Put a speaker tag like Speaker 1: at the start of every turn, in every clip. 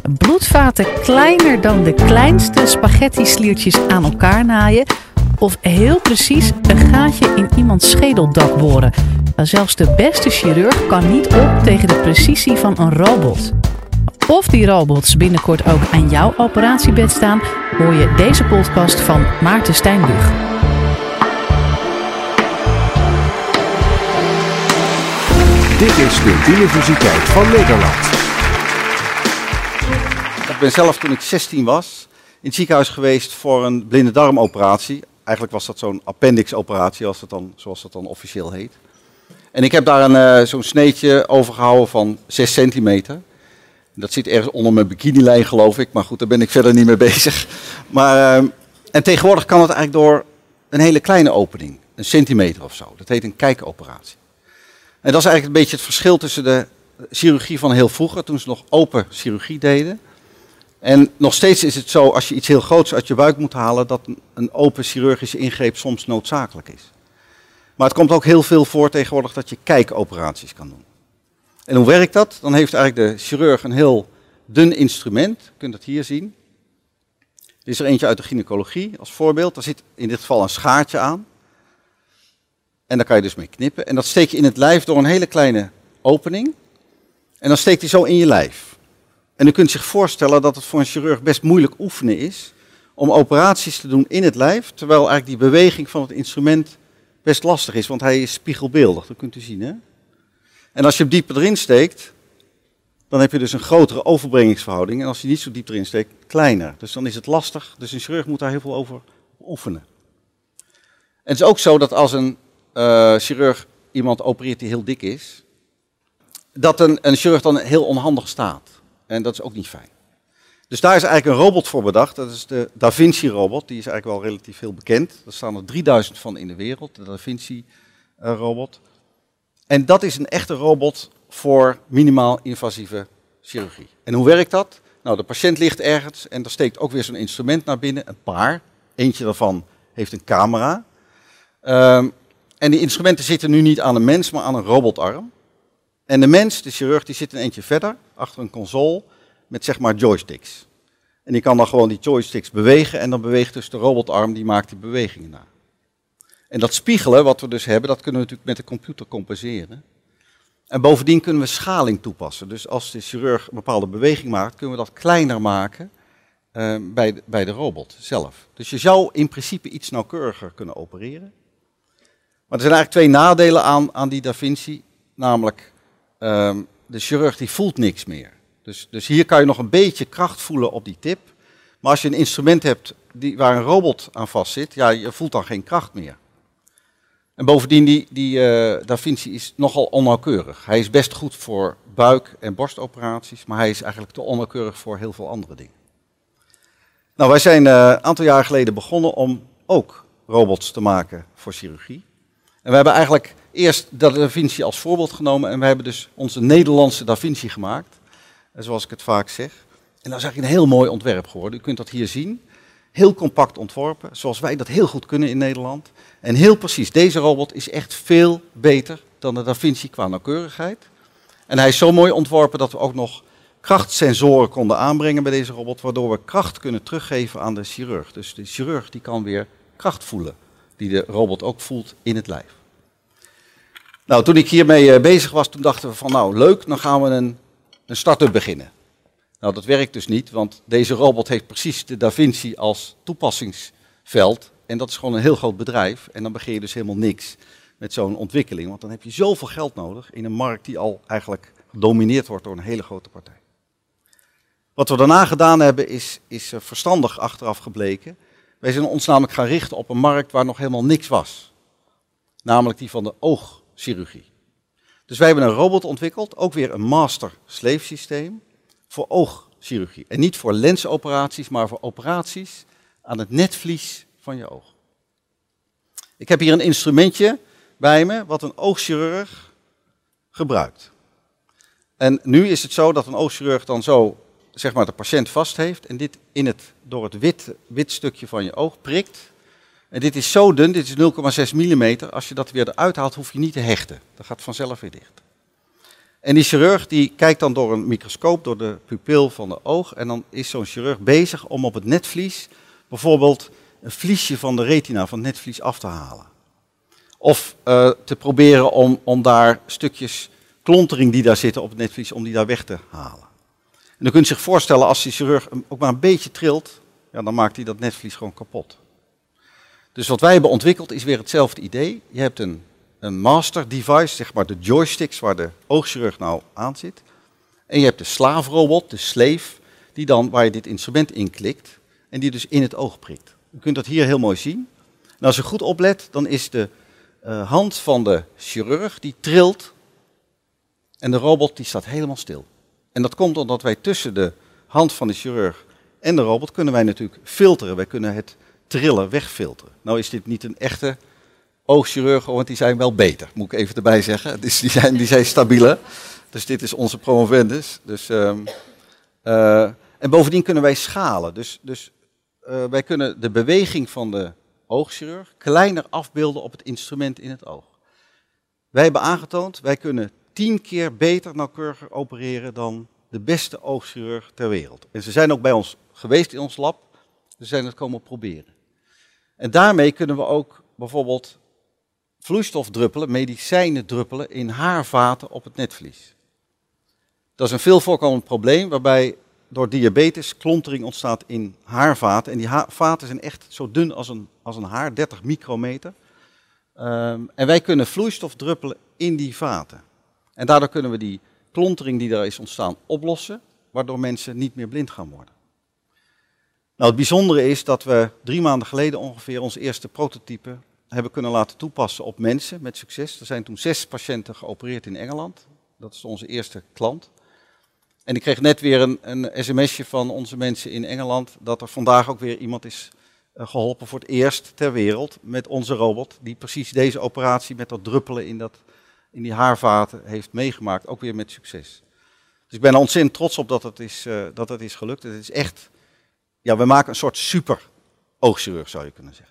Speaker 1: bloedvaten kleiner dan de kleinste spaghetti-sliertjes aan elkaar naaien of heel precies een gaatje in iemands schedeldak boren. Zelfs de beste chirurg kan niet op tegen de precisie van een robot. Of die robots binnenkort ook aan jouw operatiebed staan, hoor je deze podcast van Maarten Steinbug.
Speaker 2: Dit is de Universiteit van Nederland.
Speaker 3: Ik ben zelf toen ik 16 was in het ziekenhuis geweest voor een blinde darmoperatie. Eigenlijk was dat zo'n appendixoperatie, zoals dat dan officieel heet. En ik heb daar zo'n sneetje overgehouden van 6 centimeter. Dat zit ergens onder mijn bikinilijn, geloof ik. Maar goed, daar ben ik verder niet mee bezig. En tegenwoordig kan het eigenlijk door een hele kleine opening. Een centimeter of zo. Dat heet een kijkoperatie. En dat is eigenlijk een beetje het verschil tussen de chirurgie van heel vroeger, toen ze nog open chirurgie deden. En nog steeds is het zo, als je iets heel groots uit je buik moet halen, dat een open chirurgische ingreep soms noodzakelijk is. Maar het komt ook heel veel voor tegenwoordig dat je kijkoperaties kan doen. En hoe werkt dat? Dan heeft eigenlijk de chirurg een heel dun instrument. Je kunt dat hier zien. Dit is er eentje uit de gynaecologie als voorbeeld. Daar zit in dit geval een schaartje aan. En daar kan je dus mee knippen. En dat steek je in het lijf door een hele kleine opening. En dan steekt hij zo in je lijf. En u kunt zich voorstellen dat het voor een chirurg best moeilijk oefenen is om operaties te doen in het lijf, terwijl eigenlijk die beweging van het instrument best lastig is, want hij is spiegelbeeldig, dat kunt u zien, hè? En als je hem dieper erin steekt, dan heb je dus een grotere overbrengingsverhouding. En als je niet zo diep erin steekt, kleiner. Dus dan is het lastig. Dus een chirurg moet daar heel veel over oefenen. En het is ook zo dat als een chirurg iemand opereert die heel dik is, dat een chirurg dan heel onhandig staat. En dat is ook niet fijn. Dus daar is eigenlijk een robot voor bedacht. Dat is de Da Vinci-robot. Die is eigenlijk wel relatief heel bekend. Er staan er 3000 van in de wereld, de Da Vinci-robot. En dat is een echte robot voor minimaal invasieve chirurgie. En hoe werkt dat? Nou, de patiënt ligt ergens en er steekt ook weer zo'n instrument naar binnen. Een paar. Eentje daarvan heeft een camera. En die instrumenten zitten nu niet aan een mens, maar aan een robotarm. En de mens, de chirurg, die zit een eentje verder, achter een console, met zeg maar joysticks. En die kan dan gewoon die joysticks bewegen en dan beweegt dus de robotarm, die maakt die bewegingen na. En dat spiegelen, wat we dus hebben, dat kunnen we natuurlijk met de computer compenseren. En bovendien kunnen we schaling toepassen. Dus als de chirurg een bepaalde beweging maakt, kunnen we dat kleiner maken bij de robot zelf. Dus je zou in principe iets nauwkeuriger kunnen opereren. Maar er zijn eigenlijk 2 nadelen aan die Da Vinci, namelijk de chirurg die voelt niks meer. Dus hier kan je nog een beetje kracht voelen op die tip. Maar als je een instrument hebt waar een robot aan vast zit, ja, je voelt dan geen kracht meer. En bovendien, die Da Vinci is nogal onnauwkeurig. Hij is best goed voor buik- en borstoperaties, maar hij is eigenlijk te onnauwkeurig voor heel veel andere dingen. Nou, wij zijn een aantal jaar geleden begonnen om ook robots te maken voor chirurgie. En we hebben eigenlijk eerst de Da Vinci als voorbeeld genomen en we hebben dus onze Nederlandse Da Vinci gemaakt. Zoals ik het vaak zeg. En dat is eigenlijk een heel mooi ontwerp geworden. U kunt dat hier zien. Heel compact ontworpen, zoals wij dat heel goed kunnen in Nederland. En heel precies, deze robot is echt veel beter dan de Da Vinci qua nauwkeurigheid. En hij is zo mooi ontworpen dat we ook nog krachtsensoren konden aanbrengen bij deze robot, waardoor we kracht kunnen teruggeven aan de chirurg. Dus de chirurg die kan weer kracht voelen, die de robot ook voelt in het lijf. Nou, toen ik hiermee bezig was, toen dachten we van nou leuk, dan gaan we een start-up beginnen. Nou, dat werkt dus niet, want deze robot heeft precies de Da Vinci als toepassingsveld. En dat is gewoon een heel groot bedrijf. En dan begin je dus helemaal niks met zo'n ontwikkeling. Want dan heb je zoveel geld nodig in een markt die al eigenlijk gedomineerd wordt door een hele grote partij. Wat we daarna gedaan hebben is verstandig achteraf gebleken. Wij zijn ons namelijk gaan richten op een markt waar nog helemaal niks was. Namelijk die van de oogchirurgie. Dus wij hebben een robot ontwikkeld, ook weer een master-slave systeem, voor oogchirurgie. En niet voor lensoperaties, maar voor operaties aan het netvlies van je oog. Ik heb hier een instrumentje bij me, wat een oogchirurg gebruikt. En nu is het zo dat een oogchirurg dan zo, zeg maar, de patiënt vast heeft en dit door het wit stukje van je oog prikt. En dit is zo dun, dit is 0,6 mm. Als je dat weer eruit haalt, hoef je niet te hechten. Dat gaat vanzelf weer dicht. En die chirurg die kijkt dan door een microscoop, door de pupil van de oog. En dan is zo'n chirurg bezig om op het netvlies bijvoorbeeld een vliesje van de retina, van het netvlies af te halen. Of te proberen om daar stukjes klontering die daar zitten op het netvlies, om die daar weg te halen. En dan kunt je zich voorstellen, als die chirurg ook maar een beetje trilt, ja, dan maakt hij dat netvlies gewoon kapot. Dus wat wij hebben ontwikkeld is weer hetzelfde idee. Je hebt een master device, zeg maar de joysticks waar de oogchirurg nou aan zit. En je hebt de slaafrobot, de slave, waar je dit instrument in klikt en die dus in het oog prikt. U kunt dat hier heel mooi zien. En als je goed oplet, dan is de hand van de chirurg die trilt en de robot die staat helemaal stil. En dat komt omdat wij tussen de hand van de chirurg en de robot kunnen wij natuurlijk filteren. Wij kunnen het trillen wegfilteren. Nou is dit niet een echte oogchirurgen, want die zijn wel beter, moet ik even erbij zeggen. Dus die zijn stabieler. Dus dit is onze promovendus. Dus, en bovendien kunnen wij schalen. Dus wij kunnen de beweging van de oogchirurg kleiner afbeelden op het instrument in het oog. Wij hebben aangetoond, wij kunnen 10 keer beter nauwkeuriger opereren dan de beste oogchirurg ter wereld. En ze zijn ook bij ons geweest in ons lab. Ze zijn het komen proberen. En daarmee kunnen we ook bijvoorbeeld vloeistofdruppelen, medicijnen druppelen in haarvaten op het netvlies. Dat is een veel voorkomend probleem waarbij door diabetes klontering ontstaat in haarvaten. En die vaten zijn echt zo dun als een haar, 30 micrometer. En wij kunnen vloeistof druppelen in die vaten. En daardoor kunnen we die klontering die daar is ontstaan oplossen, waardoor mensen niet meer blind gaan worden. Nou, het bijzondere is dat we 3 maanden geleden ongeveer ons eerste prototype hebben kunnen laten toepassen op mensen met succes. Er zijn toen 6 patiënten geopereerd in Engeland. Dat is onze eerste klant. En ik kreeg net weer een sms'je van onze mensen in Engeland dat er vandaag ook weer iemand is geholpen voor het eerst ter wereld met onze robot, die precies deze operatie met dat druppelen in die haarvaten heeft meegemaakt, ook weer met succes. Dus ik ben er ontzettend trots op dat het is gelukt. Het is echt, ja, we maken een soort super oogchirurg, zou je kunnen zeggen.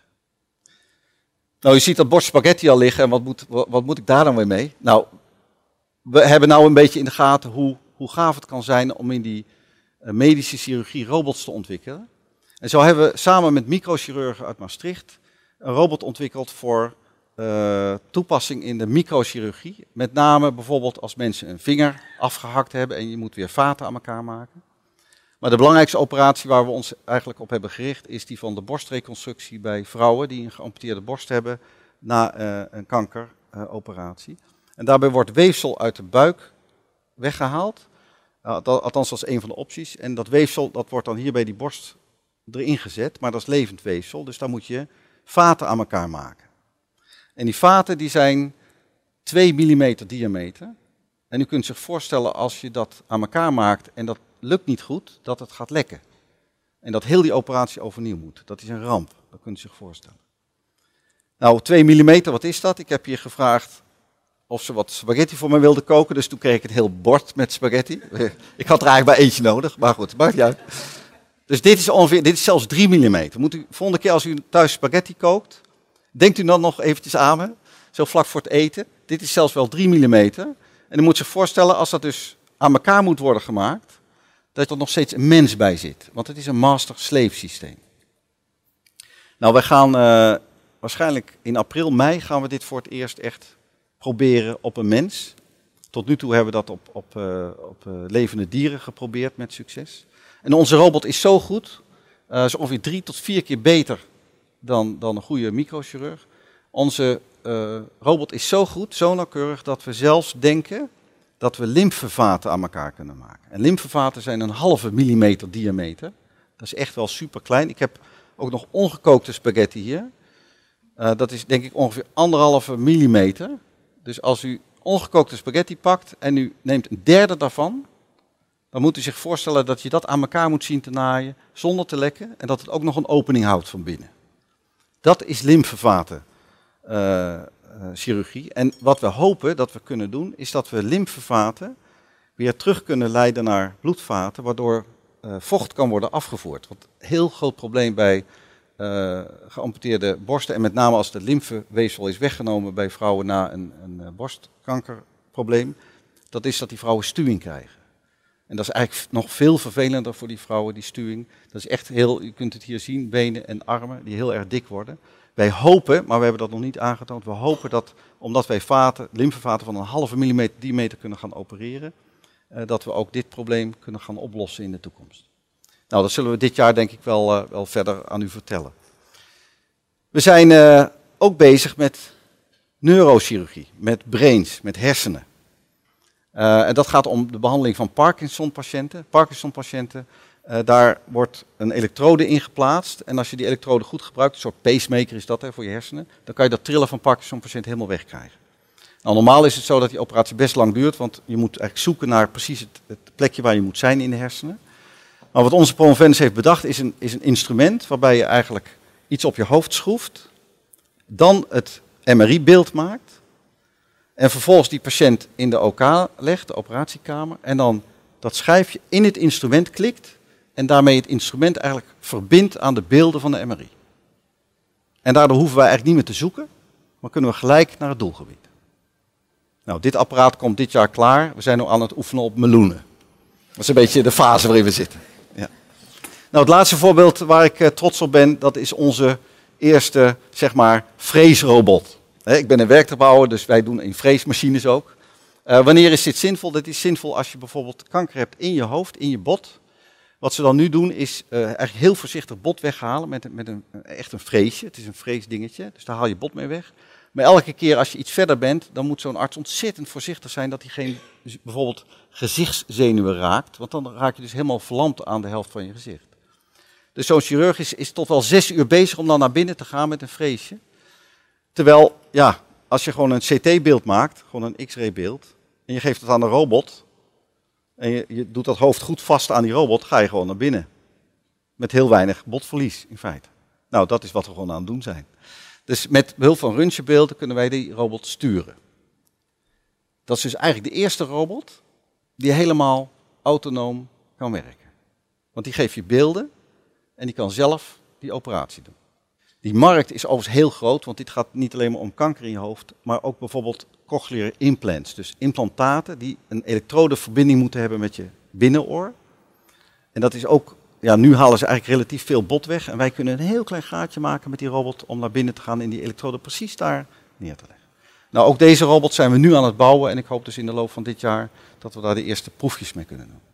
Speaker 3: Nou, je ziet dat bord spaghetti al liggen en wat moet ik daar dan weer mee? Nou, we hebben nou een beetje in de gaten hoe gaaf het kan zijn om in die medische chirurgie robots te ontwikkelen. En zo hebben we samen met microchirurgen uit Maastricht een robot ontwikkeld voor toepassing in de microchirurgie. Met name bijvoorbeeld als mensen een vinger afgehakt hebben en je moet weer vaten aan elkaar maken. Maar de belangrijkste operatie waar we ons eigenlijk op hebben gericht is die van de borstreconstructie bij vrouwen die een geamputeerde borst hebben na een kankeroperatie. En daarbij wordt weefsel uit de buik weggehaald. Althans, dat is een van de opties. En dat weefsel dat wordt dan hier bij die borst erin gezet, maar dat is levend weefsel. Dus daar moet je vaten aan elkaar maken. En die vaten die zijn 2 mm diameter. En u kunt zich voorstellen als je dat aan elkaar maakt en dat lukt niet goed, dat het gaat lekken. En dat heel die operatie overnieuw moet. Dat is een ramp, dat kunt u zich voorstellen. Nou, 2 mm, wat is dat? Ik heb hier gevraagd of ze wat spaghetti voor me wilden koken, dus toen kreeg ik het heel bord met spaghetti. Ik had er eigenlijk maar eentje nodig, maar goed, maakt niet uit. Dus dit is zelfs 3 mm. Moet u, volgende keer als u thuis spaghetti kookt, denkt u dan nog eventjes aan me, zo vlak voor het eten. Dit is zelfs wel 3 mm. En u moet zich voorstellen, als dat dus aan elkaar moet worden gemaakt, dat er nog steeds een mens bij zit. Want het is een master-slave systeem. Nou, wij gaan waarschijnlijk in april, mei gaan we dit voor het eerst echt proberen op een mens. Tot nu toe hebben we dat op levende dieren geprobeerd met succes. En onze robot is zo goed, is ongeveer 3 tot 4 keer beter dan een goede microchirurg. Onze robot is zo goed, zo nauwkeurig, dat we zelfs denken dat we lymfevaten aan elkaar kunnen maken. En lymfevaten zijn een 0,5 mm diameter. Dat is echt wel super klein. Ik heb ook nog ongekookte spaghetti hier. Dat is denk ik ongeveer 1,5 mm. Dus als u ongekookte spaghetti pakt en u neemt een derde daarvan, dan moet u zich voorstellen dat je dat aan elkaar moet zien te naaien zonder te lekken en dat het ook nog een opening houdt van binnen. Dat is lymfevaten chirurgie. En wat we hopen dat we kunnen doen, is dat we lymfevaten weer terug kunnen leiden naar bloedvaten, waardoor vocht kan worden afgevoerd. Want een heel groot probleem bij geamputeerde borsten, en met name als de lymfeweefsel is weggenomen bij vrouwen na een borstkankerprobleem, Dat is dat die vrouwen stuwing krijgen. En dat is eigenlijk nog veel vervelender voor die vrouwen, die stuwing. Dat is echt heel, je kunt het hier zien, benen en armen die heel erg dik worden. Wij hopen, maar we hebben dat nog niet aangetoond, we hopen dat, omdat wij lymfevaten van 0,5 diameter kunnen gaan opereren, dat we ook dit probleem kunnen gaan oplossen in de toekomst. Nou, dat zullen we dit jaar denk ik wel verder aan u vertellen. We zijn ook bezig met neurochirurgie, met brains, met hersenen. En dat gaat om de behandeling van Parkinson-patiënten. Daar wordt een elektrode in geplaatst. En als je die elektrode goed gebruikt, een soort pacemaker is dat voor je hersenen, dan kan je dat trillen van Parkinson-patiënt helemaal wegkrijgen. Nou, normaal is het zo dat die operatie best lang duurt, want je moet eigenlijk zoeken naar precies het plekje waar je moet zijn in de hersenen. Maar wat onze promovendus heeft bedacht is een instrument waarbij je eigenlijk iets op je hoofd schroeft, dan het MRI-beeld maakt en vervolgens die patiënt in de OK legt, de operatiekamer, en dan dat schijfje in het instrument klikt en daarmee het instrument eigenlijk verbindt aan de beelden van de MRI. En daardoor hoeven wij eigenlijk niet meer te zoeken, maar kunnen we gelijk naar het doelgebied. Nou, dit apparaat komt dit jaar klaar. We zijn nu aan het oefenen op meloenen. Dat is een beetje de fase waarin we zitten. Ja. Nou, het laatste voorbeeld waar ik trots op ben, dat is onze eerste, zeg maar, freesrobot. Ik ben een werktuigbouwer, dus wij doen in freesmachines ook. Wanneer is dit zinvol? Dit is zinvol als je bijvoorbeeld kanker hebt in je hoofd, in je bot. Wat ze dan nu doen is eigenlijk heel voorzichtig bot weghalen met echt een freesje. Het is een freesdingetje, dus daar haal je bot mee weg. Maar elke keer als je iets verder bent, dan moet zo'n arts ontzettend voorzichtig zijn dat hij geen bijvoorbeeld gezichtszenuwen raakt. Want dan raak je dus helemaal verlamd aan de helft van je gezicht. Dus zo'n chirurg is tot wel 6 uur bezig om dan naar binnen te gaan met een freesje. Terwijl, ja, als je gewoon een CT-beeld maakt, gewoon een X-ray-beeld, en je geeft het aan een robot, en je doet dat hoofd goed vast aan die robot, ga je gewoon naar binnen. Met heel weinig botverlies, in feite. Nou, dat is wat we gewoon aan het doen zijn. Dus met behulp van röntgenbeelden kunnen wij die robot sturen. Dat is dus eigenlijk de eerste robot die helemaal autonoom kan werken. Want die geeft je beelden en die kan zelf die operatie doen. Die markt is overigens heel groot, want dit gaat niet alleen maar om kanker in je hoofd, maar ook bijvoorbeeld cochlear implants. Dus implantaten die een elektrodeverbinding moeten hebben met je binnenoor. En dat is ook, ja, nu halen ze eigenlijk relatief veel bot weg. En wij kunnen een heel klein gaatje maken met die robot om naar binnen te gaan en die elektrode precies daar neer te leggen. Nou, ook deze robot zijn we nu aan het bouwen en ik hoop dus in de loop van dit jaar dat we daar de eerste proefjes mee kunnen doen.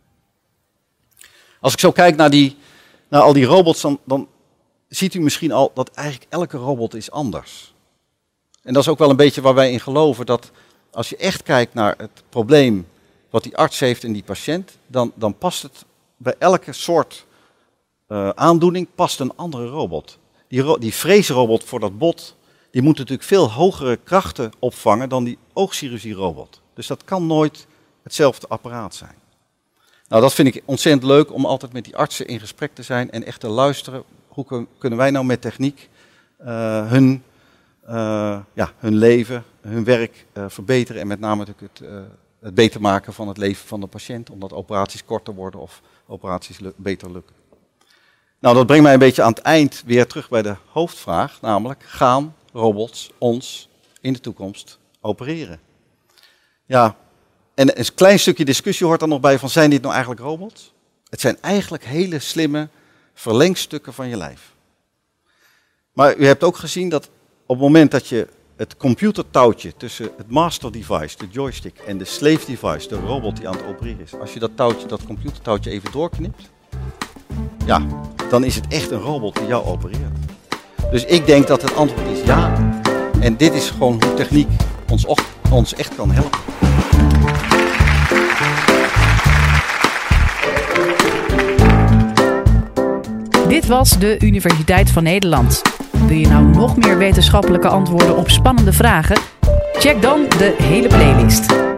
Speaker 3: Als ik zo kijk naar al die robots, dan ziet u misschien al dat eigenlijk elke robot is anders. En dat is ook wel een beetje waar wij in geloven, dat als je echt kijkt naar het probleem wat die arts heeft en die patiënt, dan past het bij elke soort aandoening past een andere robot. Die freesrobot voor dat bot, die moet natuurlijk veel hogere krachten opvangen dan die oogchirurgie-robot. Dus dat kan nooit hetzelfde apparaat zijn. Nou, dat vind ik ontzettend leuk om altijd met die artsen in gesprek te zijn en echt te luisteren. Hoe kunnen wij nou met techniek hun leven, hun werk verbeteren en met name natuurlijk het beter maken van het leven van de patiënt, omdat operaties korter worden of operaties beter lukken. Nou, dat brengt mij een beetje aan het eind weer terug bij de hoofdvraag, namelijk gaan robots ons in de toekomst opereren? Ja, en een klein stukje discussie hoort er nog bij van, zijn dit nou eigenlijk robots? Het zijn eigenlijk hele slimme verlengstukken van je lijf. Maar u hebt ook gezien dat op het moment dat je het computertouwtje tussen het master device, de joystick, en de slave device, de robot die aan het opereren is, als je dat computertouwtje even doorknipt, ja, dan is het echt een robot die jou opereert. Dus ik denk dat het antwoord is ja. En dit is gewoon hoe techniek ons echt kan helpen.
Speaker 1: Dit was de Universiteit van Nederland. Wil je nou nog meer wetenschappelijke antwoorden op spannende vragen? Check dan de hele playlist.